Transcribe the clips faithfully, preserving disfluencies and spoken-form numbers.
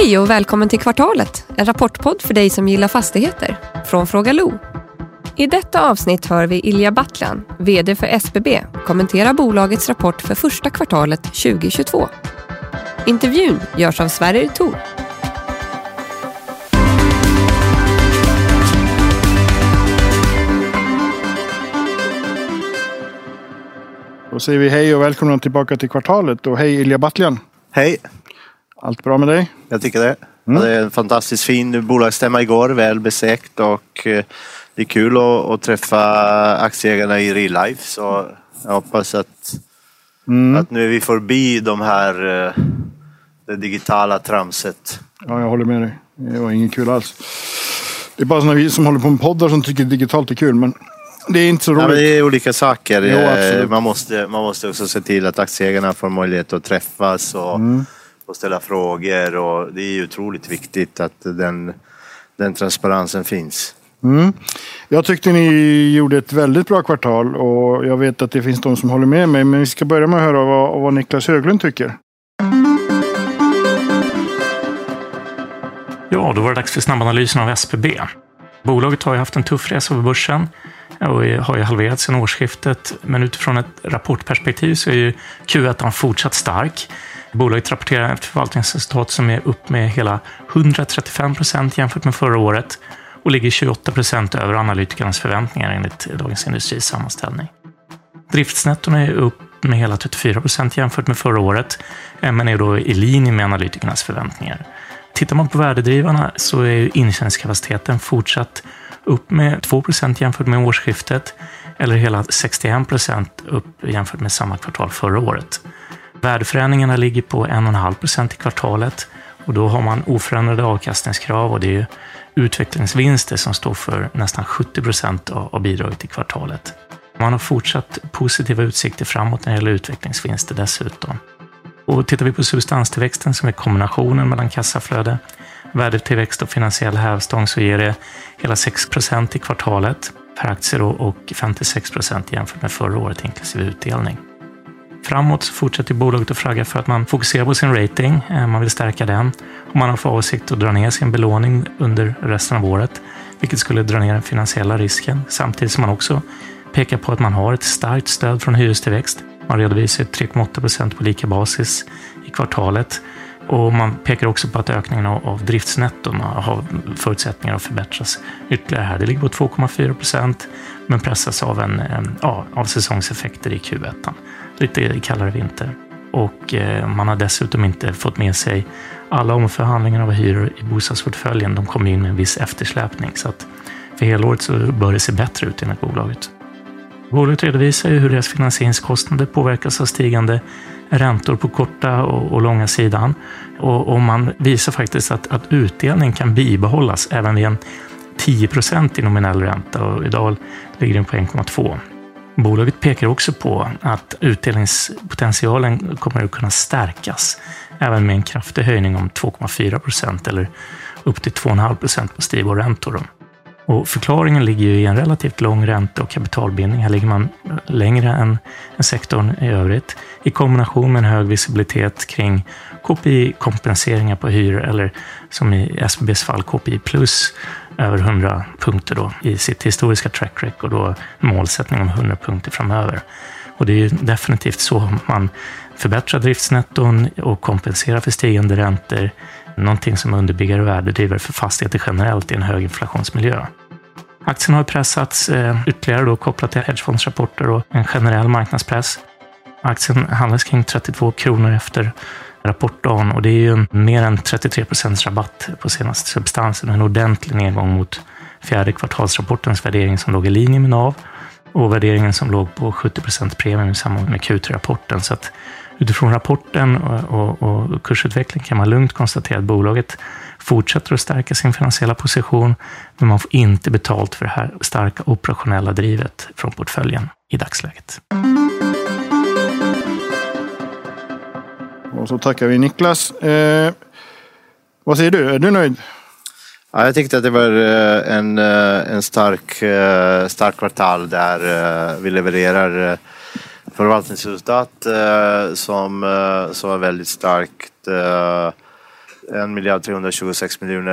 Hej och välkommen till Kvartalet, en rapportpodd för dig som gillar fastigheter, från Fråga Lo. I detta avsnitt hör vi Ilija Batljan, vd för S B B, kommentera bolagets rapport för första kvartalet tjugohundratjugotvå. Intervjun görs av Sverrir Thor. Då säger vi hej och välkomna tillbaka till Kvartalet. Och hej Ilija Batljan. Hej. Allt bra med dig? Jag tycker det. Mm. Det är en fantastiskt fin bolagsstämma igår, väl besökt, och det är kul att, att träffa aktieägarna i real life. Så jag hoppas att, mm. att nu är vi förbi de här det digitala tramset. Ja, jag håller med dig. Det var inget kul alls. Det är bara sådana vi som håller på med poddar som tycker digitalt är kul, men det är inte så roligt. Ja, men det är olika saker. Jo, man, måste, man måste också se till att aktieägarna får möjlighet att träffas och, mm. och ställa frågor. Och det är ju otroligt viktigt att den, den transparensen finns. Mm. Jag tyckte ni gjorde ett väldigt bra kvartal och jag vet att det finns de som håller med mig. Men vi ska börja med att höra vad, vad Niklas Höglund tycker. Ja, då var det dags för snabbanalysen av S B B. Bolaget har ju haft en tuff resa på börsen och har ju halverat sedan årsskiftet. Men utifrån ett rapportperspektiv så är ju Q ett fortsatt stark. Bolaget rapporterar ett förvaltningsresultat som är upp med hela hundratrettiofem procent jämfört med förra året och ligger tjugoåtta procent över analytikernas förväntningar enligt Dagens Industris sammanställning. Driftsnetton är upp med hela trettiofyra procent jämfört med förra året, men är då i linje med analytikernas förväntningar. Tittar man på värdedrivarna så är intjäningskapaciteten fortsatt upp med två procent jämfört med årsskiftet eller hela sextioen procent upp jämfört med samma kvartal förra året. Värdeförändringarna ligger på en komma fem procent i kvartalet och då har man oförändrade avkastningskrav och det är utvecklingsvinster som står för nästan sjuttio procent av bidraget i kvartalet. Man har fortsatt positiva utsikter framåt när det gäller utvecklingsvinster dessutom. Och tittar vi på substanstillväxten som är kombinationen mellan kassaflöde, värdetillväxt och finansiell hävstång så ger det hela sex procent i kvartalet per aktie och femtiosex procent jämfört med förra året inklusive utdelning. Framåt så fortsätter bolaget att flagga för att man fokuserar på sin rating, man vill stärka den och man har för avsikt att dra ner sin belåning under resten av året, vilket skulle dra ner den finansiella risken samtidigt som man också pekar på att man har ett starkt stöd från hyrestillväxt. Man redovisar tre komma åtta procent på lika basis i kvartalet och man pekar också på att ökningen av driftsnetton har förutsättningar att förbättras ytterligare här. Det ligger på två komma fyra procent men pressas av, en, ja, av säsongseffekter i Q ett. Lite kallare vinter. Och man har dessutom inte fått med sig alla omförhandlingar av hyror i bostadsportföljen. De kommer in med en viss eftersläpning så att för helåret så bör det se bättre ut enligt bolaget. Bolaget redovisar ju hur deras finansieringskostnader påverkas av stigande räntor på korta och, och långa sidan. Och, och man visar faktiskt att, att utdelning kan bibehållas även vid en tio procent i nominell ränta och idag ligger den på en komma två. Bolaget pekar också på att utdelningspotentialen kommer att kunna stärkas även med en kraftig höjning om två komma fyra procent eller upp till två komma fem procent på Stibor-räntor. Och förklaringen ligger ju i en relativt lång ränta och kapitalbindning. Här ligger man längre än, än sektorn i övrigt. I kombination med en hög visibilitet kring K P I-kompenseringar på hyror eller som i S B B:s fall K P I plus över hundra punkter då, i sitt historiska track record och målsättning om hundra punkter framöver. Och det är ju definitivt så man förbättrar driftsnetton och kompenserar för stigande räntor. Någonting som underbygger värdedrivare för fastigheter generellt i en hög inflationsmiljö. Aktien har pressats eh, ytterligare då kopplat till hedgefondsrapporter och en generell marknadspress. Aktien handlas kring trettiotvå kronor efter rapportdagen och det är ju en, mer än trettiotre procent rabatt på senaste substansen. En ordentlig nedgång mot fjärde kvartalsrapportens värdering som låg i linje med N A V och värderingen som låg på sjuttio procent premium i samband med Q tre-rapporten. Så att utifrån rapporten och, och, och kursutveckling kan man lugnt konstatera att bolaget fortsätter att stärka sin finansiella position men man får inte betalt för det här starka operationella drivet från portföljen i dagsläget. Och så tackar vi Niklas. Eh, vad säger du? Är du nöjd? Ja, jag tyckte att det var en, en stark, stark kvartal där vi levererar förvaltningsresultat som, som var väldigt starkt en miljard trehundratjugosex miljoner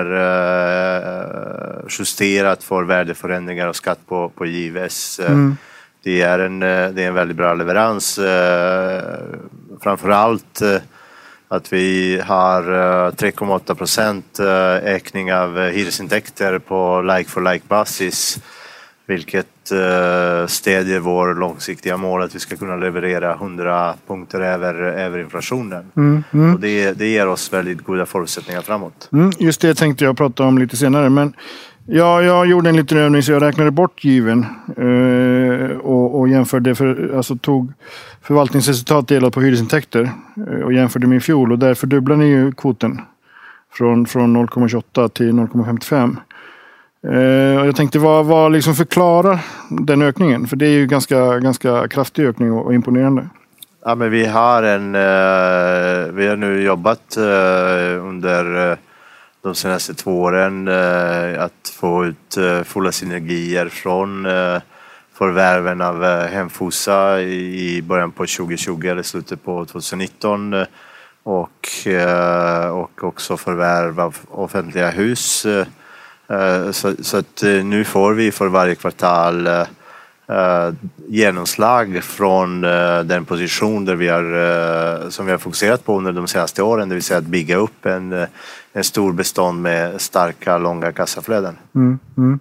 eh, justerat för värdeförändringar och skatt på, på J V S. Mm. Det, är en, det är en väldigt bra leverans. Eh, framförallt eh, att vi har tre komma åtta procent ökning av hyresintäkter på like-for-like-basis, vilket stödjer vår långsiktiga mål att vi ska kunna leverera hundra punkter över, över inflationen. Mm, mm. Och det, det ger oss väldigt goda förutsättningar framåt. Mm, just det tänkte jag prata om lite senare, men ja, jag gjorde en liten övning så jag räknade bort given eh, och, och jämförde, för, alltså tog förvaltningsresultat delat på hyresintäkter eh, och jämförde med i fjol, och där fördubblade ni ju kvoten från, från noll komma tjugoåtta till noll komma femtiofem. Eh, och jag tänkte vad, vad liksom förklarar den ökningen, för det är ju ganska, ganska kraftig ökning och, och imponerande. Ja, men vi har en eh, vi har nu jobbat eh, under eh, de senaste två åren eh, att få ut eh, fulla synergier från eh, förvärven av eh, Hemfosa i, i början på tjugohundratjugo eller slutet på tjugonitton eh, och, eh, och också förvärv av offentliga hus. Eh, så, så att eh, nu får vi för varje kvartal eh, Uh, genomslag från uh, den position där vi har, uh, som vi har fokuserat på under de senaste åren, det vill säga att bygga upp en, uh, en stor bestånd med starka, långa kassaflöden. Mm, mm.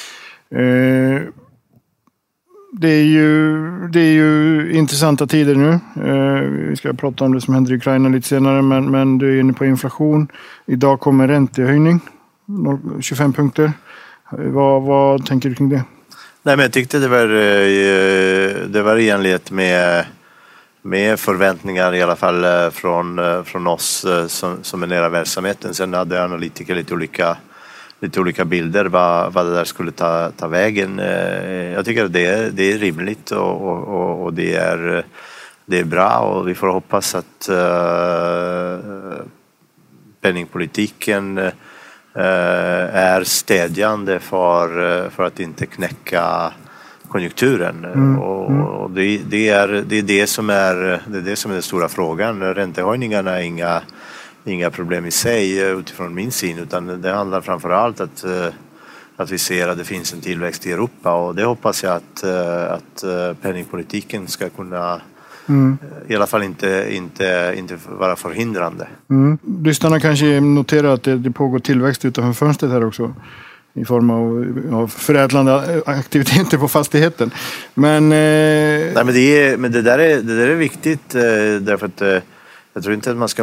Uh, det, är ju, det är ju intressanta tider nu. Uh, vi ska prata om det som händer i Ukraina lite senare, men, men du är inne på inflation. Idag kommer räntehöjning, tjugofem punkter. Uh, vad, vad tänker du kring det? Nej, men jag tyckte det var, det var i enlighet med, med förväntningar i alla fall från, från oss som, som är nära verksamheten. Sen hade analytiker lite olika, lite olika bilder vad, vad det där skulle ta, ta vägen. Jag tycker att det, det är rimligt och, och, och det, är, det är bra, och vi får hoppas att uh, penningpolitiken är städjande för, för att inte knäcka konjunkturen. Mm. Och, och det, det, är, det är det som är det är det som är den stora frågan. Räntehöjningarna är inga, inga problem i sig utifrån min syn, utan det handlar framförallt att, att vi ser att det finns en tillväxt i Europa, och det hoppas jag att, att penningpolitiken ska kunna Mm. i alla fall inte, inte, inte vara förhindrande. Mm. Lyssnarna kanske noterar att det, det pågår tillväxt utanför fönstret här också i form av, av förädlande aktiviteter på fastigheten. Men, eh... Nej, men, det, är, men det, där är, det där är viktigt eh, därför att eh, jag tror inte att man ska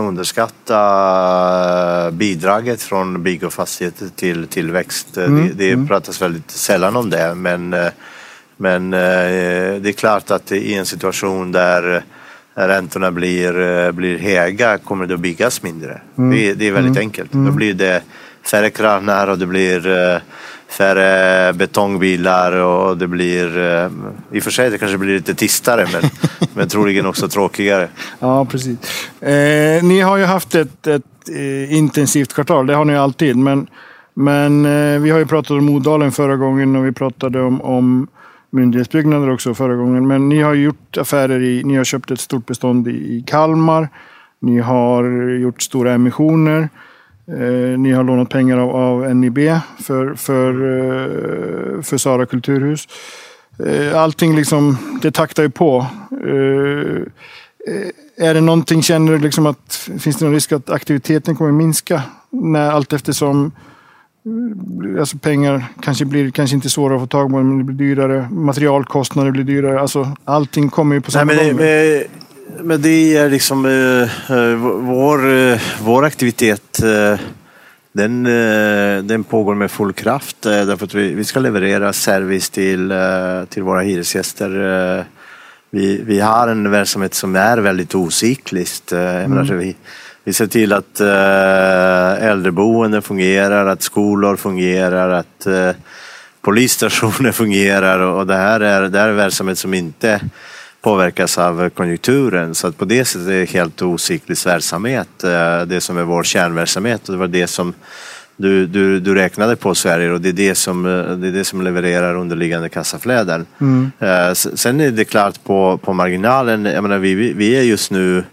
underskatta bidraget från bygg- och fastigheter till tillväxt. Mm. Det, det mm. pratas väldigt sällan om det, men eh, Men eh, det är klart att i en situation där räntorna blir, blir höga kommer det att byggas mindre. Mm. Det, det är väldigt mm. enkelt. Mm. Då blir det färre kranar och det blir eh, färre betongbilar, och det blir, eh, i och för sig det kanske blir lite tistare, men, men troligen också tråkigare. Ja, precis. Eh, ni har ju haft ett, ett eh, intensivt kvartal, det har ni alltid, men, men eh, vi har ju pratat om Odalen förra gången, och vi pratade om, om myndighetsbyggnader också förra gången, men ni har gjort affärer i, ni har köpt ett stort bestånd i, i Kalmar, ni har gjort stora emissioner, eh, ni har lånat pengar av, av N I B för, för, eh, för Sara kulturhus. Eh, allting liksom, det taktar ju på. Eh, är det någonting, känner du liksom att, finns det någon risk att aktiviteten kommer minska när allt eftersom alltså pengar kanske blir kanske inte svårare att få tag på, men det blir dyrare, materialkostnader blir dyrare, alltså allting kommer ju på samma Nej, gång. Men, men det är liksom uh, vår, uh, vår aktivitet uh, den, uh, den pågår med full kraft uh, därför att vi, vi ska leverera service till, uh, till våra hyresgäster. Uh, vi, vi har en verksamhet som är väldigt ocykliskt. Uh, mm. menar, vi, Vi ser till att äh, äldreboenden fungerar, att skolor fungerar, att äh, polisstationer fungerar, och det här är, det här är verksamhet som inte påverkas av konjunkturen. Så att på det sättet är det helt ocyklisk verksamhet, äh, det som är vår kärnverksamhet, och det var det som du, du, du räknade på, Sverige, och det är det som, det är det som levererar underliggande kassaflöden. Mm. Äh, sen är det klart på, på marginalen, jag menar, vi, vi är just nu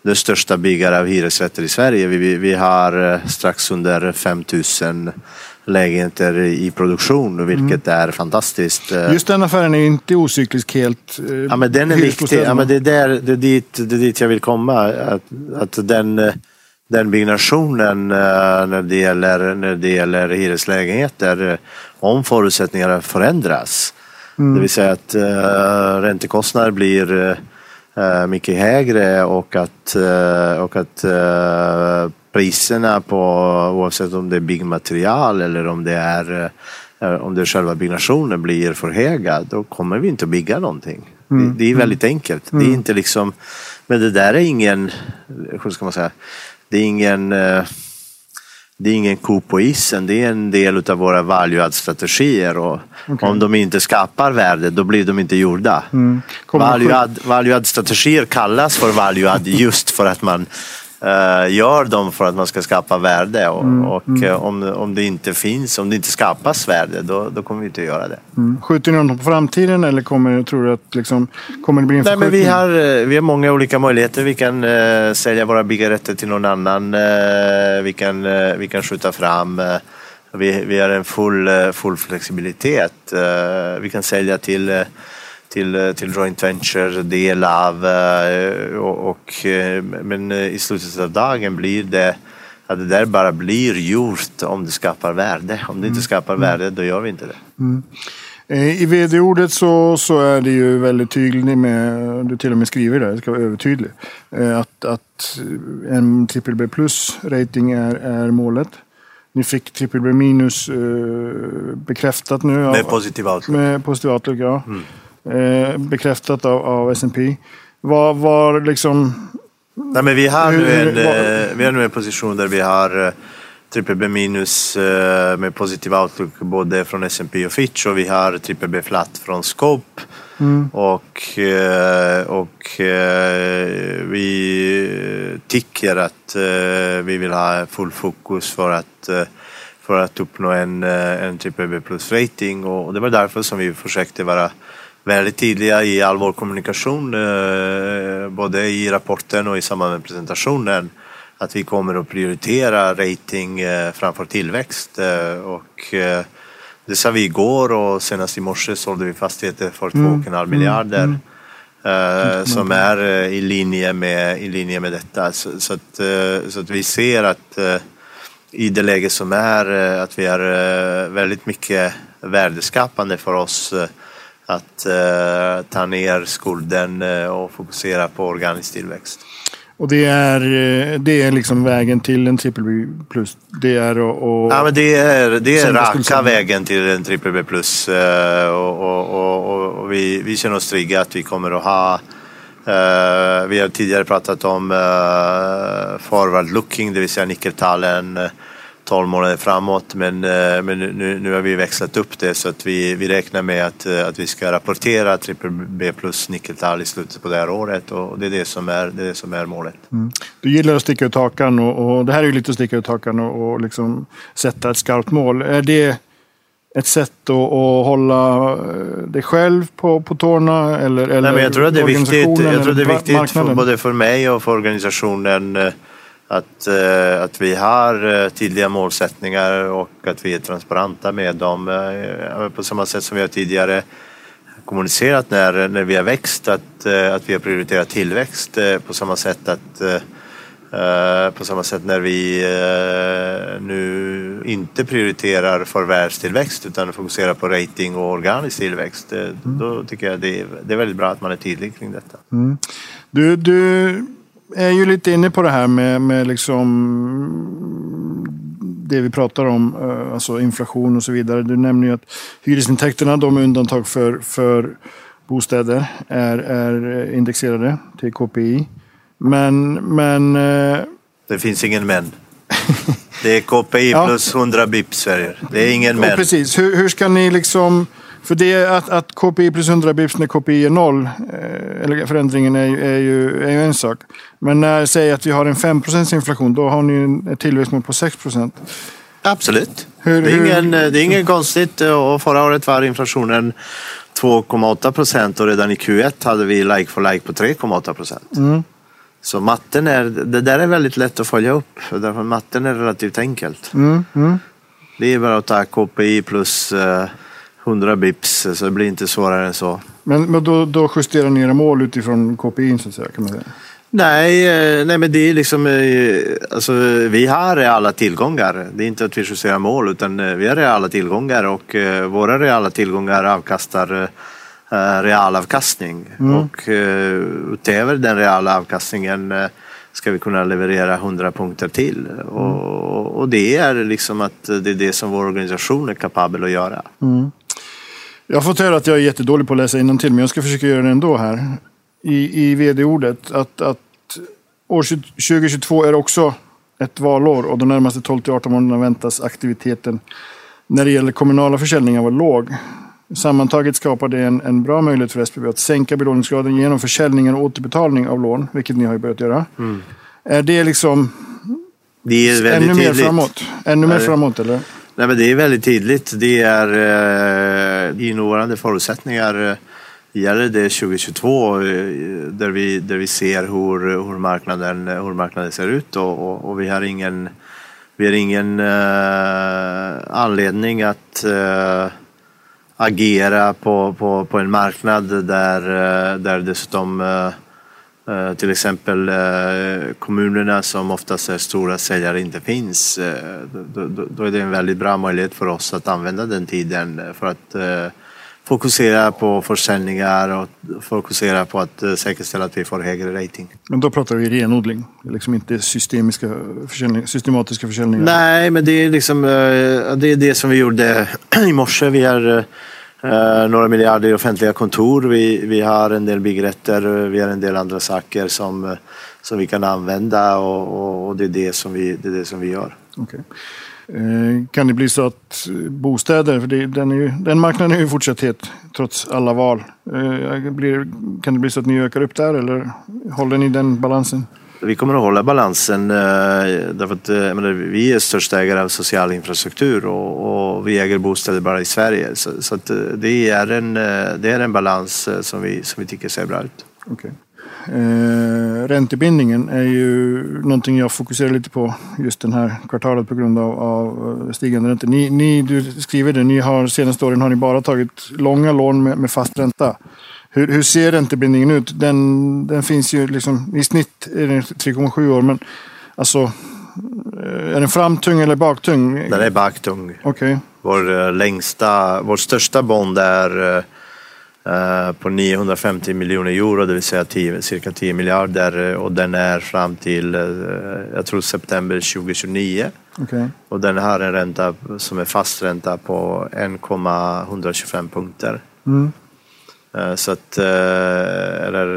den största byggare av hyresrätter i Sverige. Vi, vi har strax under fem tusen lägenheter i produktion, vilket mm. är fantastiskt. Just den affären är inte ocyklisk helt. Eh, ja, men den är viktig. Ja, men det, är där, det, är dit, det är dit jag vill komma. Att, att den, den byggnationen när det gäller, när det gäller hyreslägenheter, om förutsättningarna förändras. Mm. Det vill säga att uh, räntekostnader blir uh, mycket högre och att, uh, och att uh, priserna på, oavsett om det är byggmaterial eller om det är, uh, om det är själva byggnationen blir för höga, då kommer vi inte att bygga någonting. Mm. Det, det är väldigt enkelt. Mm. Det är inte liksom, men det där är ingen, hur ska man säga, det är ingen... Uh, Det är ingen ko på isen, det är en del av våra value-add-strategier och okay. om de inte skapar värde, då blir de inte gjorda. Mm. Value-add, value-add-strategier kallas för value-add just för att man uh, gör dem för att man ska skapa värde och, mm. och mm. Uh, om, om det inte finns, om det inte skapas värde, då, då kommer vi inte att göra det. Mm. Skjuter ni någon på framtiden eller kommer, tror du att liksom, kommer det bli en Nej, men vi har, vi har många olika möjligheter. Vi kan uh, sälja våra byggrätter till någon annan. Uh, vi, kan, uh, vi kan skjuta fram. Uh, vi, vi har en full, uh, full flexibilitet. Uh, vi kan sälja till... Uh, Till, till joint venture del av och, och men i slutet av dagen blir det att det där bara blir gjort om det skapar värde. Om det inte skapar värde, då gör vi inte det. Mm. I vd-ordet så, så är det ju väldigt tydligt med, du till och med skriver det, det ska vara övertydligt, att, att en triple B plus rating är, är målet. Ni fick triple B minus bekräftat nu. Med av, positiv outlook. Med positiv outlook, ja. Mm. Eh, bekräftat av, av S and P. Vad var liksom... Nej, men vi har nu en, var, vi har nu en position där vi har triple B minus eh, med positiv outlook både från S and P och Fitch, och vi har triple B flat från Scope. Mm. Och, eh, och eh, vi tycker att eh, vi vill ha full fokus för att eh, för att uppnå en, en triple B plus rating, och det var därför som vi försökte vara väldigt tydliga i all vår kommunikation, eh, både i rapporten och i samband med presentationen, att vi kommer att prioritera rating eh, framför tillväxt. Eh, och eh, det sa vi igår, och senast i morse sålde vi fastigheter för två komma fem miljarder mm, mm. Eh, som är eh, i, linje med, i linje med detta. Så, så, att, eh, så att vi ser att eh, i det läge som är, eh, att vi är eh, väldigt mycket värdeskapande för oss eh, att uh, ta ner skulden uh, och fokusera på organisk tillväxt. Och det är, det är liksom vägen till en triple B plus. Det är och, och ja, men det är, det är raka vägen till en triple B plus. Uh, och, och, och, och vi, vi känner oss trygga att vi kommer att ha uh, vi har tidigare pratat om uh, forward looking, det vill säga nyckeltalen uh, tolv månader framåt, men, men nu, nu har vi växlat upp det så att vi, vi räknar med att, att vi ska rapportera triple B plus nyckeltal i slutet på det här året, och det är det som är, det är, det som är målet. Mm. Du gillar att sticka ut hakan, och, och det här är ju lite att sticka ut hakan och, och liksom sätta ett skarpt mål. Är det ett sätt att, att hålla dig själv på, på tårna eller, eller Nej, men jag tror att det är viktigt, jag tror det är viktigt för, både för mig och för organisationen Att, att vi har tydliga målsättningar och att vi är transparenta med dem, på samma sätt som vi har tidigare kommunicerat när, när vi har växt, att, att vi har prioriterat tillväxt, på samma sätt att på samma sätt när vi nu inte prioriterar förvärvstillväxt utan fokuserar på rating och organisk tillväxt. Mm. Då tycker jag det är, det är väldigt bra att man är tydlig kring detta. Mm. Du, du är ju lite inne på det här med, med liksom det vi pratar om, alltså inflation och så vidare. Du nämner ju att hyresintäkterna, de är undantag för, för bostäder, är, är indexerade till K P I. Men, men det finns ingen men. Det är K P I ja. plus hundra bips Sverige. Det är ingen men. Ja, precis. Hur, hur ska ni liksom... För det att, att K P I plus hundra bips när K P I är noll, eller förändringen är, är, ju, är ju en sak. Men när jag säger att vi har en fem procent inflation, då har ni ett tillväxtmål på sex procent. Absolut. Hur, det, är ingen, det är ingen konstigt. Och förra året var inflationen två komma åtta procent och redan i Q ett hade vi like for like på tre komma åtta procent. Mm. Så matten är, det där är väldigt lätt att följa upp. Därför matten är relativt enkelt. Mm, mm. Det är bara att ta K P I plus eh, hundra bips, så det blir inte svårare än så. Men, men då, då justerar ni era mål utifrån K P I så att säga, kan man säga? Nej, eh, nej men det är liksom, eh, alltså, vi har alla tillgångar. Det är inte att vi justerar mål, utan eh, vi har alla tillgångar och eh, våra reala tillgångar avkastar eh, realavkastning. Mm. Och eh, utöver den reala avkastningen eh, ska vi kunna leverera hundra punkter till. Mm. Och, och det är liksom att det är det som vår organisation är kapabel att göra. Mm. Jag har fått höra att jag är jättedålig på att läsa innantill, men jag ska försöka göra det ändå här. I, i vd-ordet att, att år tjugo tjugotvå är också ett valår och de närmaste tolv till arton månaderna väntas aktiviteten när det gäller kommunala försäljningar vara låg. Sammantaget skapar det en, en bra möjlighet för S B B att sänka belåningsgraden genom försäljningar och återbetalning av lån, vilket ni har börjat göra. Mm. Är det liksom det är väldigt ännu mer tydligt. framåt? Ännu mer framåt, eller? Nej, men det är väldigt tydligt. Det är eh, i nuvarande förutsättningar eh, gäller det tjugo tjugotvå eh, där, vi, där vi ser hur, hur, marknaden, hur marknaden ser ut och, och, och vi har ingen, vi har ingen eh, anledning att eh, agera på, på, på en marknad där, där dessutom eh, till exempel eh, kommunerna som oftast är stora säljare inte finns. Eh, då, då, då är det en väldigt bra möjlighet för oss att använda den tiden för att eh, fokusera på försäljningar och fokusera på att eh, säkerställa att vi får högre rating. Men då pratar vi renodling, liksom inte systemiska försäljning, systematiska försäljningar. Nej, men det är liksom eh, det är det som vi gjorde i morse. Vi har Uh, några miljarder i offentliga kontor. Vi, vi har en del byggrätter, vi har en del andra saker som, som vi kan använda och, och, och det, är det, som vi, det är det som vi gör. Okay. Uh, kan det bli så att bostäder, för det, den, är ju, den marknaden är ju fortsatt het trots alla val. Uh, blir, kan det bli så att ni ökar upp där eller håller ni den balansen? Vi kommer att hålla balansen därför att menar, vi är största ägare av social infrastruktur och, och vi äger bostäder bara i Sverige. Så, så att det, är en, det är en balans som vi, som vi tycker ser bra ut. Okay. Eh, räntebindningen är ju någonting jag fokuserar lite på just den här kvartalet på grund av, av stigande räntor. Ni, ni, du skriver det, ni har senaste åren har ni bara tagit långa lån med, med fast ränta. Hur, hur ser räntebindningen ut? Den, den finns ju liksom, i snitt är den tre komma sju år, men alltså är den framtung eller baktung? Den är baktung. Okay. Vår längsta, vår största bond är uh, på niohundrafemtio miljoner euro, det vill säga tio, cirka tio miljarder och den är fram till uh, jag tror september tjugo tjugonio. Okay. Och den har en ränta som är fast ränta på en komma etthundratjugofem punkter. Mm. Så att, eller,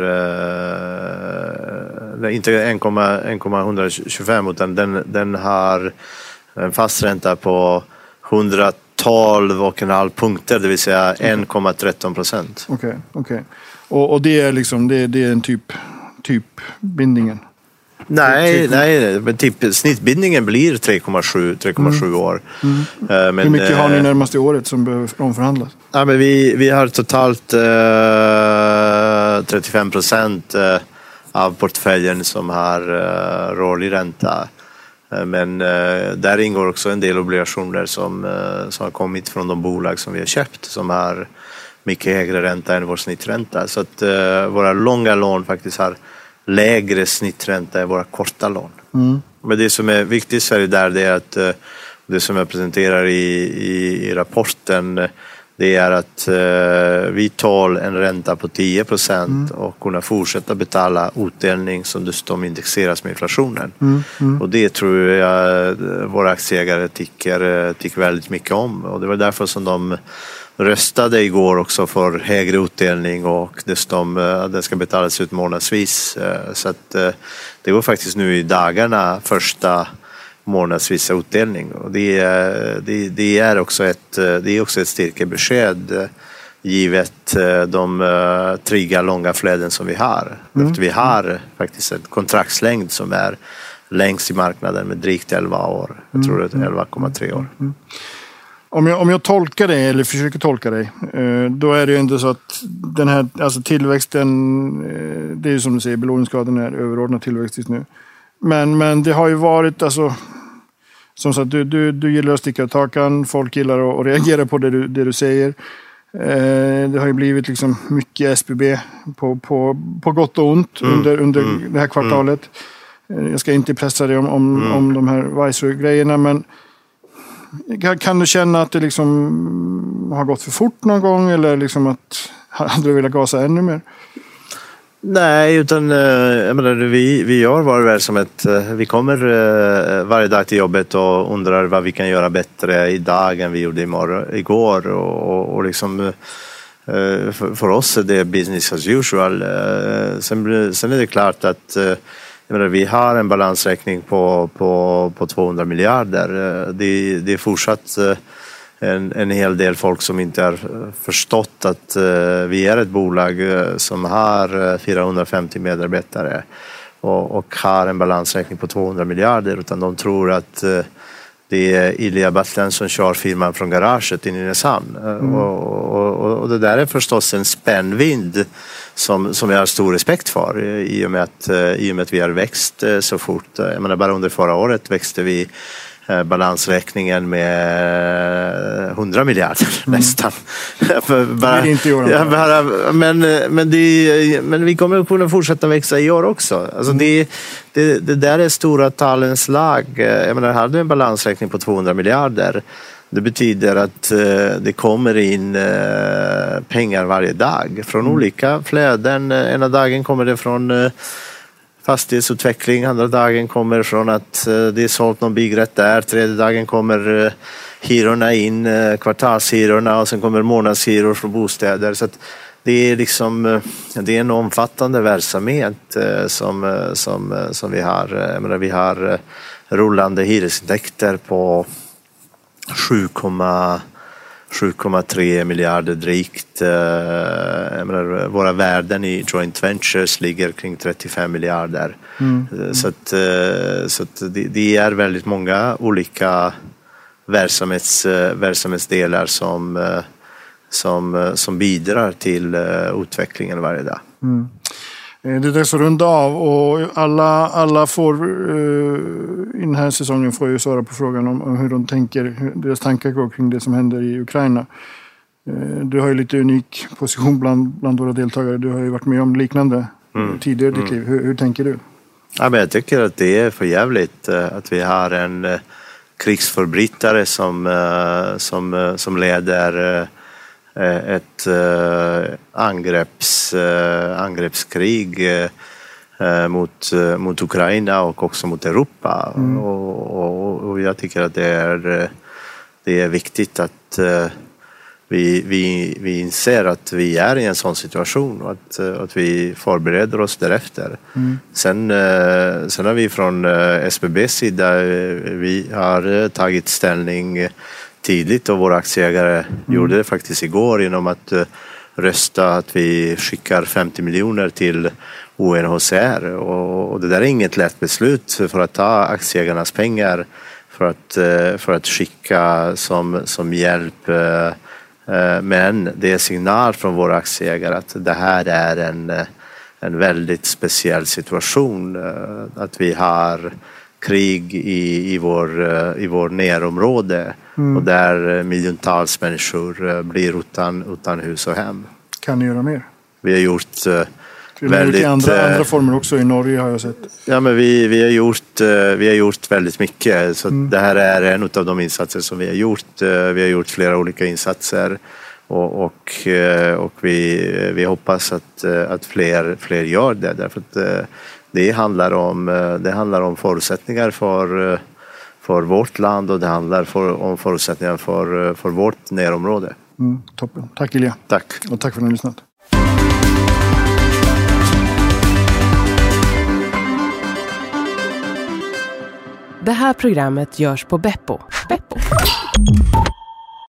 eller inte en komma etthundratjugofem utan den, den har en fast ränta på hundratolv och en halv punkter, det vill säga en komma tretton procent. Okej, okay, okej. Okay. Och, och det är liksom, det, det är en typ, typ bindningen? Nej, nej, men typ snittbindningen blir tre komma sju mm. år. Mm. Men, hur mycket har ni närmaste året som behöver omförhandlas? Ja, men vi, vi har totalt eh, trettiofem procent eh, av portföljen som har eh, rörlig ränta. Eh, men eh, där ingår också en del obligationer som, eh, som har kommit från de bolag som vi har köpt som har mycket högre ränta än vår snittränta. Så att eh, våra långa lån faktiskt har lägre snittränta än våra korta lån. Mm. Men det som är viktigt i Sverige där det är att det som jag presenterar i, i, i rapporten det är att uh, vi tål en ränta på tio procent mm. och kunna fortsätta betala utdelning som dessutom indexeras med inflationen. Mm. Mm. Och det tror jag våra aktieägare tycker, tycker väldigt mycket om och det var därför som de röstade igår också för högre utdelning och dessutom den ska betalas ut månadsvis. Så att det går faktiskt nu i dagarna första månadsvisa utdelning. Och det, det, det, är också ett, det är också ett styrkebesked givet de trygga långa flöden som vi har. Mm. Vi har faktiskt en kontraktslängd som är längst i marknaden med drygt elva år. Jag tror det är elva komma tre år. Mm. Om jag, om jag tolkar dig, eller försöker tolka dig, då är det ju inte så att den här alltså tillväxten, det är ju som du säger, belåningsgraden är överordnad tillväxt just nu. Men, men det har ju varit, alltså, som sagt, du, du, du gillar att sticka ut hakan, folk gillar att, att reagera på det du, det du säger. Det har ju blivit liksom mycket S B B på, på, på gott och ont mm, under, under mm, det här kvartalet. Mm. Jag ska inte pressa dig om, om, mm. om de här Vice-grejerna, men kan du känna att det liksom har gått för fort någon gång, eller liksom att hade du velat gasa ännu mer? Nej, utan jag menar, vi, vi gör vår verksamhet. Vi kommer varje dag till jobbet och undrar vad vi kan göra bättre idag än vi gjorde imorgon, igår. Och, och, och liksom, för, för oss är det business as usual. Sen, sen är det klart att jag menar, vi har en balansräkning på, på, på tvåhundra miljarder. Det, det är fortsatt en, en hel del folk som inte har förstått att vi är ett bolag som har fyrahundrafemtio medarbetare och, och har en balansräkning på tvåhundra miljarder, utan de tror att det är Ilija Batljan som kör firman från garaget in i Nynäshamn. Mm. Och, och, och det där är förstås en spännvind som, som jag har stor respekt för i och med att, i och med att vi har växt så fort. Jag menar, bara under förra året växte vi balansräkningen med hundra miljarder mm. nästan. bara, det är inte ja, bara, men, men, det, men vi kommer att kunna fortsätta växa i år också. Alltså mm. det, det, det där är stora talens lag. Jag menar, hade du en balansräkning på tvåhundra miljarder, det betyder att det kommer in pengar varje dag från mm. olika flöden. Ena dagen kommer det från fastighetsutveckling, andra dagen kommer från att det är sålt någon byggrätt där, tredje dagen kommer hyrorna in, kvartalshyrorna, och sen kommer månadshyror från bostäder. Så att det är liksom, det är en omfattande verksamhet som, som, som vi har. Jag menar, vi har rullande hyresintäkter på sju komma tre miljarder drygt. Jag menar, våra värden i joint ventures ligger kring trettiofem miljarder. Mm. Så, att, så att det, det är väldigt många olika verksamhets, verksamhetsdelar som, som, som bidrar till utvecklingen varje dag. Mm. Det är dags att runda av, och alla, alla får uh, i den här säsongen får ju svara på frågan om, om hur de tänker, hur deras tankar går kring det som händer i Ukraina. Uh, du har ju lite unik position bland, bland våra deltagare. Du har ju varit med om liknande mm. tidigare i ditt liv. Hur, hur tänker du? Ja, men jag tycker att det är för jävligt att vi har en uh, krigsförbrytare som, uh, som, uh, som leder uh, ett uh, angrepps, uh, angreppskrig uh, mot, uh, mot Ukraina och också mot Europa. Mm. Och, och, och jag tycker att det är, det är viktigt att uh, vi, vi, vi inser att vi är i en sån situation och att, uh, att vi förbereder oss därefter. Mm. Sen, uh, sen har vi från uh, S B B:s sida, uh, vi har uh, tagit ställning tidigt, och våra aktieägare mm. gjorde det faktiskt igår genom att uh, rösta att vi skickar femtio miljoner till U N H C R, och, och det där är inget lätt beslut för att ta aktieägarnas pengar för att, uh, för att skicka som, som hjälp, uh, uh, men det är signal från våra aktieägare att det här är en, en väldigt speciell situation, uh, att vi har krig i, i, vår, i vår närområde mm. och där miljontals människor blir utan, utan hus och hem. Kan ni göra mer? Vi har gjort uh, väldigt... I andra, andra former också, i Norge har jag sett. Ja, men vi, vi, har, gjort, uh, vi har gjort väldigt mycket. Så mm. det här är en av de insatser som vi har gjort. Uh, vi har gjort flera olika insatser. Och, och, uh, och vi, vi hoppas att, uh, att fler, fler gör det. Därför att uh, Det handlar om, det handlar om förutsättningar för, för vårt land, och det handlar för, om förutsättningar för, för vårt närområde. Mm, toppen. Tack Ilija. Tack. Och tack för att ni har lyssnat. Det här programmet görs på Beppo. Beppo.